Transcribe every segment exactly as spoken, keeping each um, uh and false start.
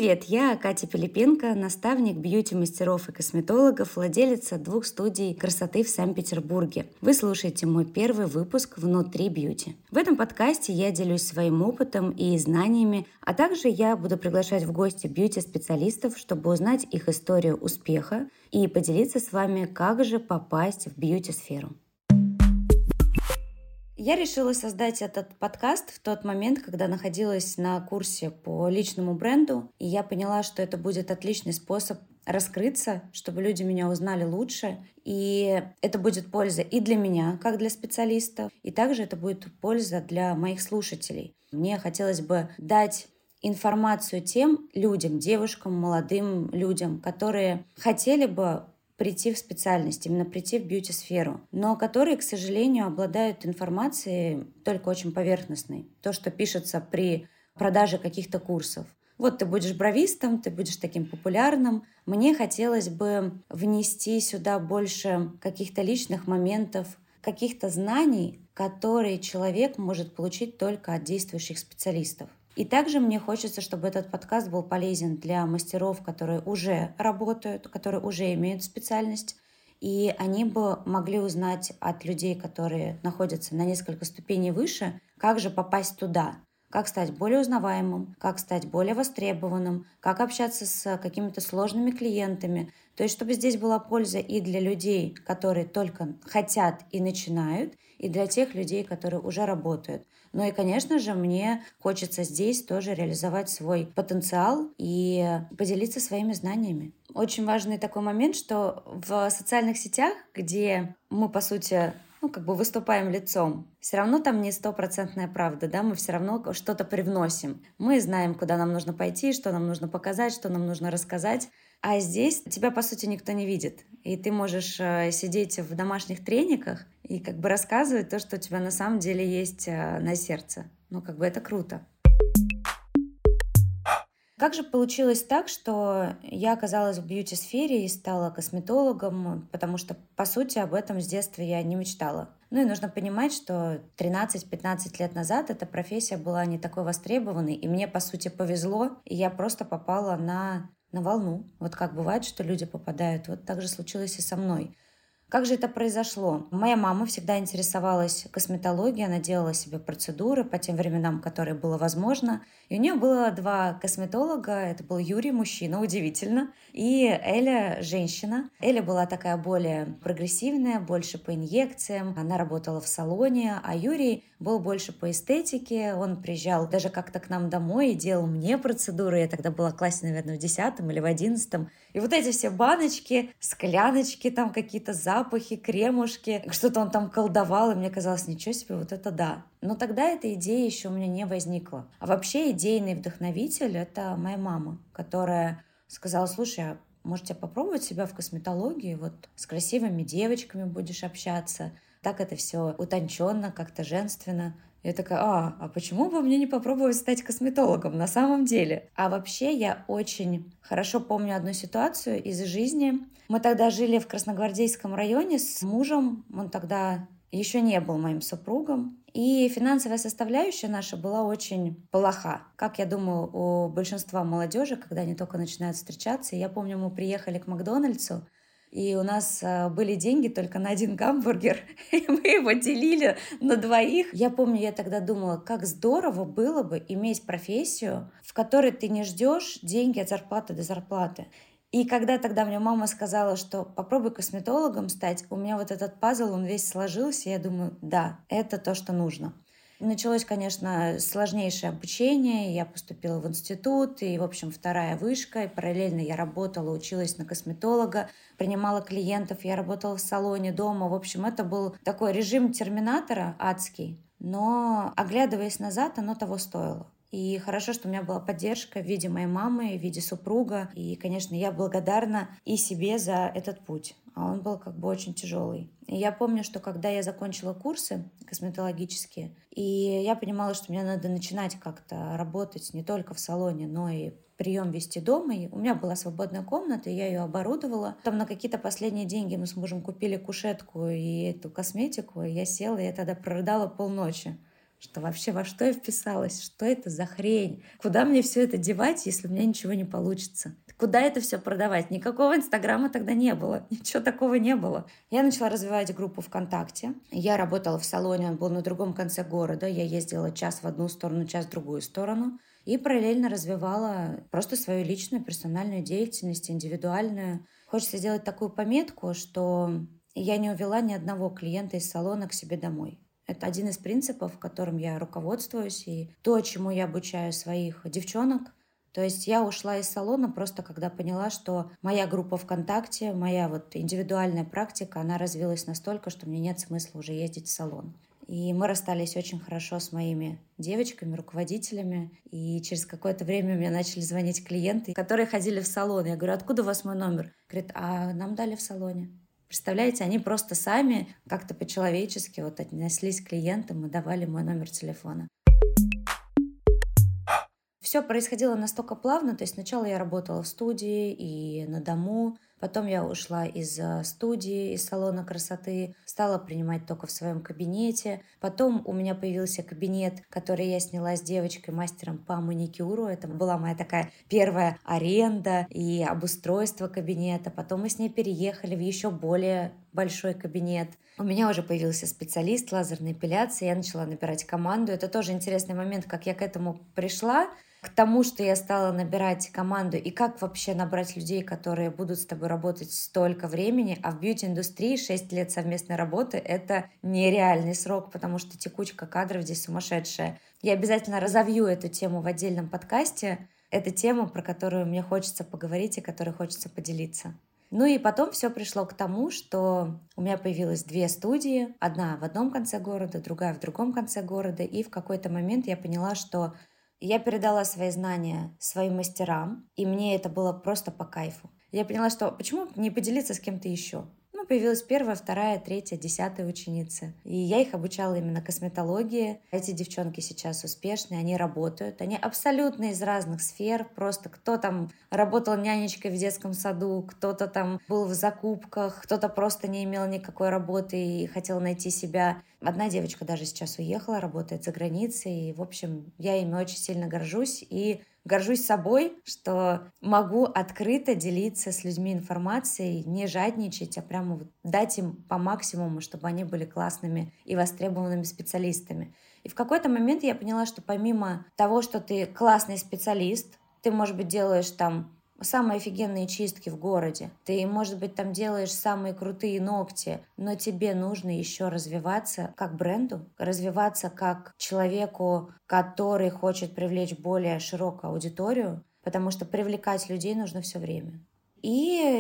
Привет, я Катя Пилипенко, наставник бьюти-мастеров и косметологов, владелица двух студий красоты в Санкт-Петербурге. Вы слушаете мой первый выпуск «Внутри бьюти». В этом подкасте я делюсь своим опытом и знаниями, а также я буду приглашать в гости бьюти-специалистов, чтобы узнать их историю успеха и поделиться с вами, как же попасть в бьюти-сферу. Я решила создать этот подкаст в тот момент, когда находилась на курсе по личному бренду, и я поняла, что это будет отличный способ раскрыться, чтобы люди меня узнали лучше, и это будет польза и для меня, как для специалиста, и также это будет польза для моих слушателей. Мне хотелось бы дать информацию тем людям, девушкам, молодым людям, которые хотели бы прийти в специальность, именно прийти в бьюти-сферу, но которые, к сожалению, обладают информацией только очень поверхностной. То, что пишется при продаже каких-то курсов. Вот ты будешь бровистом, ты будешь таким популярным. Мне хотелось бы внести сюда больше каких-то личных моментов, каких-то знаний, которые человек может получить только от действующих специалистов. И также мне хочется, чтобы этот подкаст был полезен для мастеров, которые уже работают, которые уже имеют специальность, и они бы могли узнать от людей, которые находятся на несколько ступеней выше, как же попасть туда, как стать более узнаваемым, как стать более востребованным, как общаться с какими-то сложными клиентами. То есть, чтобы здесь была польза и для людей, которые только хотят и начинают, и для тех людей, которые уже работают. Ну и, конечно же, мне хочется здесь тоже реализовать свой потенциал и поделиться своими знаниями. Очень важный такой момент, что в социальных сетях, где мы, по сути, ну, как бы выступаем лицом, все равно там не стопроцентная правда, да, мы все равно что-то привносим. Мы знаем, куда нам нужно пойти, что нам нужно показать, что нам нужно рассказать. А здесь тебя, по сути, никто не видит. И ты можешь сидеть в домашних трениках и как бы рассказывать то, что у тебя на самом деле есть на сердце. Ну, как бы это круто. Как же получилось так, что я оказалась в бьюти-сфере и стала косметологом, потому что, по сути, об этом с детства я не мечтала. Ну и нужно понимать, что тринадцать-пятнадцать лет назад эта профессия была не такой востребованной, и мне, по сути, повезло, и я просто попала на, на волну. Вот как бывает, что люди попадают, вот так же случилось и со мной. Как же это произошло? Моя мама всегда интересовалась косметологией, она делала себе процедуры по тем временам, которые было возможно. И у нее было два косметолога, это был Юрий, мужчина, удивительно, и Эля, женщина. Эля была такая более прогрессивная, больше по инъекциям, она работала в салоне, а Юрий был больше по эстетике, он приезжал даже как-то к нам домой и делал мне процедуры, я тогда была в классе, наверное, в десятом или в одиннадцатом. И вот эти все баночки, скляночки, там какие-то запахи, кремушки, что-то он там колдовал, и мне казалось, ничего себе, вот это да. Но тогда эта идея еще у меня не возникла. А вообще идейный вдохновитель — это моя мама, которая сказала: слушай, а может тебе попробовать себя в косметологии, вот с красивыми девочками будешь общаться, так это все утонченно, как-то женственно. Я такая: а, а почему бы мне не попробовать стать косметологом на самом деле? А вообще я очень хорошо помню одну ситуацию из жизни. Мы тогда жили в Красногвардейском районе с мужем, он тогда еще не был моим супругом. И финансовая составляющая наша была очень плоха. Как, я думаю, у большинства молодежи, когда они только начинают встречаться. Я помню, мы приехали к Макдональдсу, и у нас были деньги только на один гамбургер, и мы его делили на двоих. Я помню, я тогда думала, как здорово было бы иметь профессию, в которой ты не ждешь деньги от зарплаты до зарплаты. И когда тогда мне мама сказала, что попробуй косметологом стать, у меня вот этот пазл, он весь сложился, и я думаю, да, это то, что нужно. Началось, конечно, сложнейшее обучение. Я поступила в институт, и, в общем, вторая вышка. И параллельно я работала, училась на косметолога, принимала клиентов, я работала в салоне, дома. В общем, это был такой режим терминатора адский. Но, оглядываясь назад, оно того стоило. И хорошо, что у меня была поддержка в виде моей мамы, в виде супруга. И, конечно, я благодарна и себе за этот путь. А он был как бы очень тяжелый. И я помню, что когда я закончила курсы косметологические, и я понимала, что мне надо начинать как-то работать не только в салоне, но и прием вести дома. И у меня была свободная комната, и я ее оборудовала. Там на какие-то последние деньги мы с мужем купили кушетку и эту косметику. И я села, и я тогда прорыдала полночи. что вообще во что я вписалась, что это за хрень, куда мне все это девать, если у меня ничего не получится. Куда это все продавать? Никакого Инстаграма тогда не было, ничего такого не было. Я начала развивать группу ВКонтакте. Я работала в салоне, он был на другом конце города. Я ездила час в одну сторону, час в другую сторону. И параллельно развивала просто свою личную персональную деятельность, индивидуальную. Хочется сделать такую пометку, что я не увела ни одного клиента из салона к себе домой. Это один из принципов, которым я руководствуюсь, и то, чему я обучаю своих девчонок. То есть я ушла из салона просто когда поняла, что моя группа ВКонтакте, моя вот индивидуальная практика, она развилась настолько, что мне нет смысла уже ездить в салон. И мы расстались очень хорошо с моими девочками, руководителями. И через какое-то время мне начали звонить клиенты, которые ходили в салон. Я говорю, откуда у вас мой номер? Говорит, а нам дали в салоне. Представляете, они просто сами как-то по-человечески вот отнеслись к клиентам и давали мой номер телефона. Все происходило настолько плавно, то есть сначала я работала в студии и на дому, потом я ушла из студии, из салона красоты, стала принимать только в своем кабинете. Потом у меня появился кабинет, который я сняла с девочкой, мастером по маникюру. Это была моя такая первая аренда и обустройство кабинета. Потом мы с ней переехали в еще более большой кабинет. У меня уже появился специалист лазерной эпиляции, я начала набирать команду. Это тоже интересный момент, как я к этому пришла, к тому, что я стала набирать команду и как вообще набрать людей, которые будут с тобой работать столько времени. А в бьюти-индустрии шесть лет совместной работы — это нереальный срок, потому что текучка кадров здесь сумасшедшая. Я обязательно разовью эту тему в отдельном подкасте. Это тема, про которую мне хочется поговорить и которой хочется поделиться. Ну и потом все пришло к тому, что у меня появилось две студии. Одна в одном конце города, другая в другом конце города. И в какой-то момент я поняла, что я передала свои знания своим мастерам, и мне это было просто по кайфу. Я поняла, что почему не поделиться с кем-то еще? Ну, появилась первая, вторая, третья, десятая ученицы. И я их обучала именно косметологии. Эти девчонки сейчас успешные, они работают. Они абсолютно из разных сфер. Просто кто там работал нянечкой в детском саду, кто-то там был в закупках, кто-то просто не имел никакой работы и хотел найти себя. Одна девочка даже сейчас уехала, работает за границей. И, в общем, я ими очень сильно горжусь. И горжусь собой, что могу открыто делиться с людьми информацией, не жадничать, а прямо вот дать им по максимуму, чтобы они были классными и востребованными специалистами. И в какой-то момент я поняла, что помимо того, что ты классный специалист, ты, может быть, делаешь там самые офигенные чистки в городе. Ты, может быть, там делаешь самые крутые ногти, но тебе нужно еще развиваться как бренду, развиваться как человеку, который хочет привлечь более широкую аудиторию, потому что привлекать людей нужно все время. И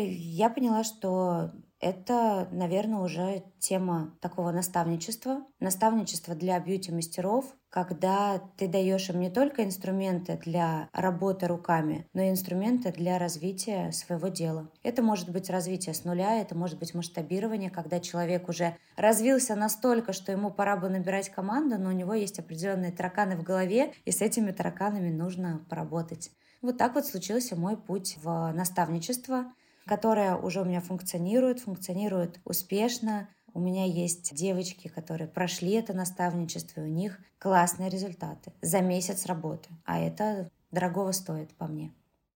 я поняла, что это, наверное, уже тема такого наставничества. Наставничество для бьюти-мастеров, когда ты даешь им не только инструменты для работы руками, но и инструменты для развития своего дела. Это может быть развитие с нуля, это может быть масштабирование, когда человек уже развился настолько, что ему пора бы набирать команду, но у него есть определенные тараканы в голове, и с этими тараканами нужно поработать. Вот так вот случился мой путь в наставничество, которое уже у меня функционирует, функционирует успешно. У меня есть девочки, которые прошли это наставничество, и у них классные результаты за месяц работы. А это дорогого стоит по мне.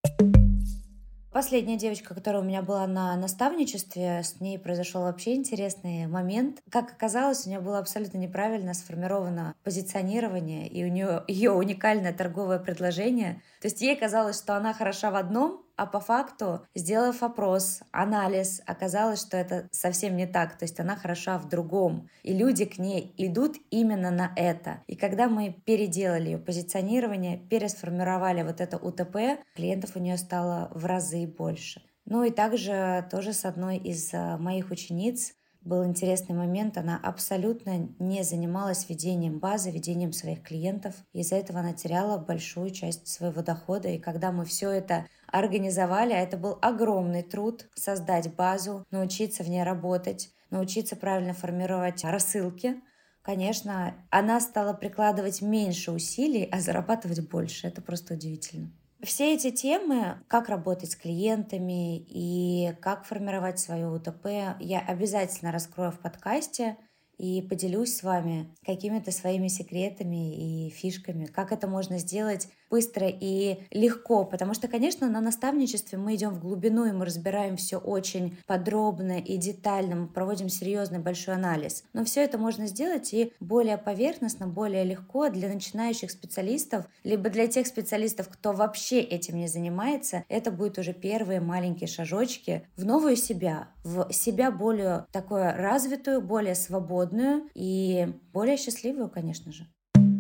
Последняя девочка, которая у меня была на наставничестве, с ней произошел вообще интересный момент. Как оказалось, у нее было абсолютно неправильно сформировано позиционирование, и у нее ее уникальное торговое предложение. То есть ей казалось, что она хороша в одном, а по факту, сделав опрос, анализ, оказалось, что это совсем не так. То есть она хороша в другом. И люди к ней идут именно на это. И когда мы переделали ее позиционирование, пересформировали вот это УТП, клиентов у нее стало в разы больше. Ну и также тоже с одной из моих учениц был интересный момент. Она абсолютно не занималась ведением базы, ведением своих клиентов. Из-за этого она теряла большую часть своего дохода. И когда мы все это организовали, а это был огромный труд, создать базу, научиться в ней работать, научиться правильно формировать рассылки, конечно, она стала прикладывать меньше усилий, а зарабатывать больше. Это просто удивительно. Все эти темы, как работать с клиентами и как формировать свое УТП, я обязательно раскрою в подкасте. и поделюсь с вами какими-то своими секретами и фишками, как это можно сделать быстро и легко, потому что, конечно, на наставничестве мы идем в глубину, и мы разбираем все очень подробно и детально, мы проводим серьезный большой анализ. Но все это можно сделать и более поверхностно, более легко для начинающих специалистов, либо для тех специалистов, кто вообще этим не занимается. Это будут уже первые маленькие шажочки в новую себя, в себя более такую развитую, более свободную и более счастливую, конечно же.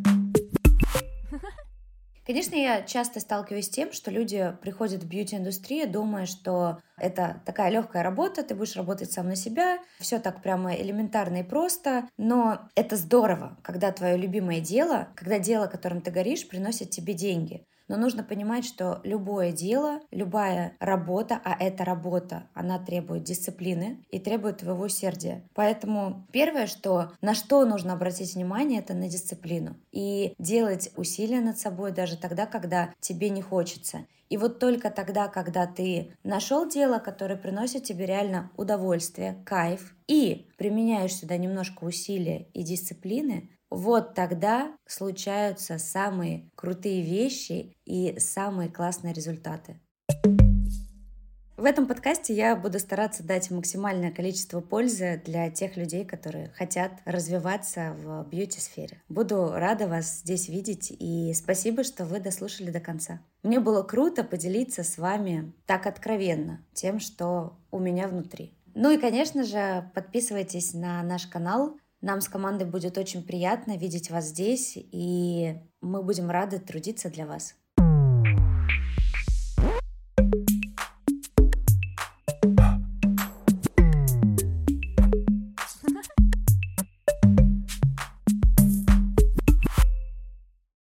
Конечно, я часто сталкиваюсь с тем, что люди приходят в бьюти-индустрию, думая, что это такая легкая работа, ты будешь работать сам на себя, все так прямо элементарно и просто, но это здорово, когда твое любимое дело, когда дело, которым ты горишь, приносит тебе деньги. Но нужно понимать, что любое дело, любая работа, а эта работа, она требует дисциплины и требует твоего усердия. Поэтому первое, что, на что нужно обратить внимание, это на дисциплину. И делать усилия над собой даже тогда, когда тебе не хочется. И вот только тогда, когда ты нашел дело, которое приносит тебе реально удовольствие, кайф, и применяешь сюда немножко усилия и дисциплины, вот тогда случаются самые крутые вещи и самые классные результаты. В этом подкасте я буду стараться дать максимальное количество пользы для тех людей, которые хотят развиваться в бьюти-сфере. Буду рада вас здесь видеть, и спасибо, что вы дослушали до конца. Мне было круто поделиться с вами так откровенно тем, что у меня внутри. Ну и, конечно же, подписывайтесь на наш канал. Нам с командой будет очень приятно видеть вас здесь, и мы будем рады трудиться для вас.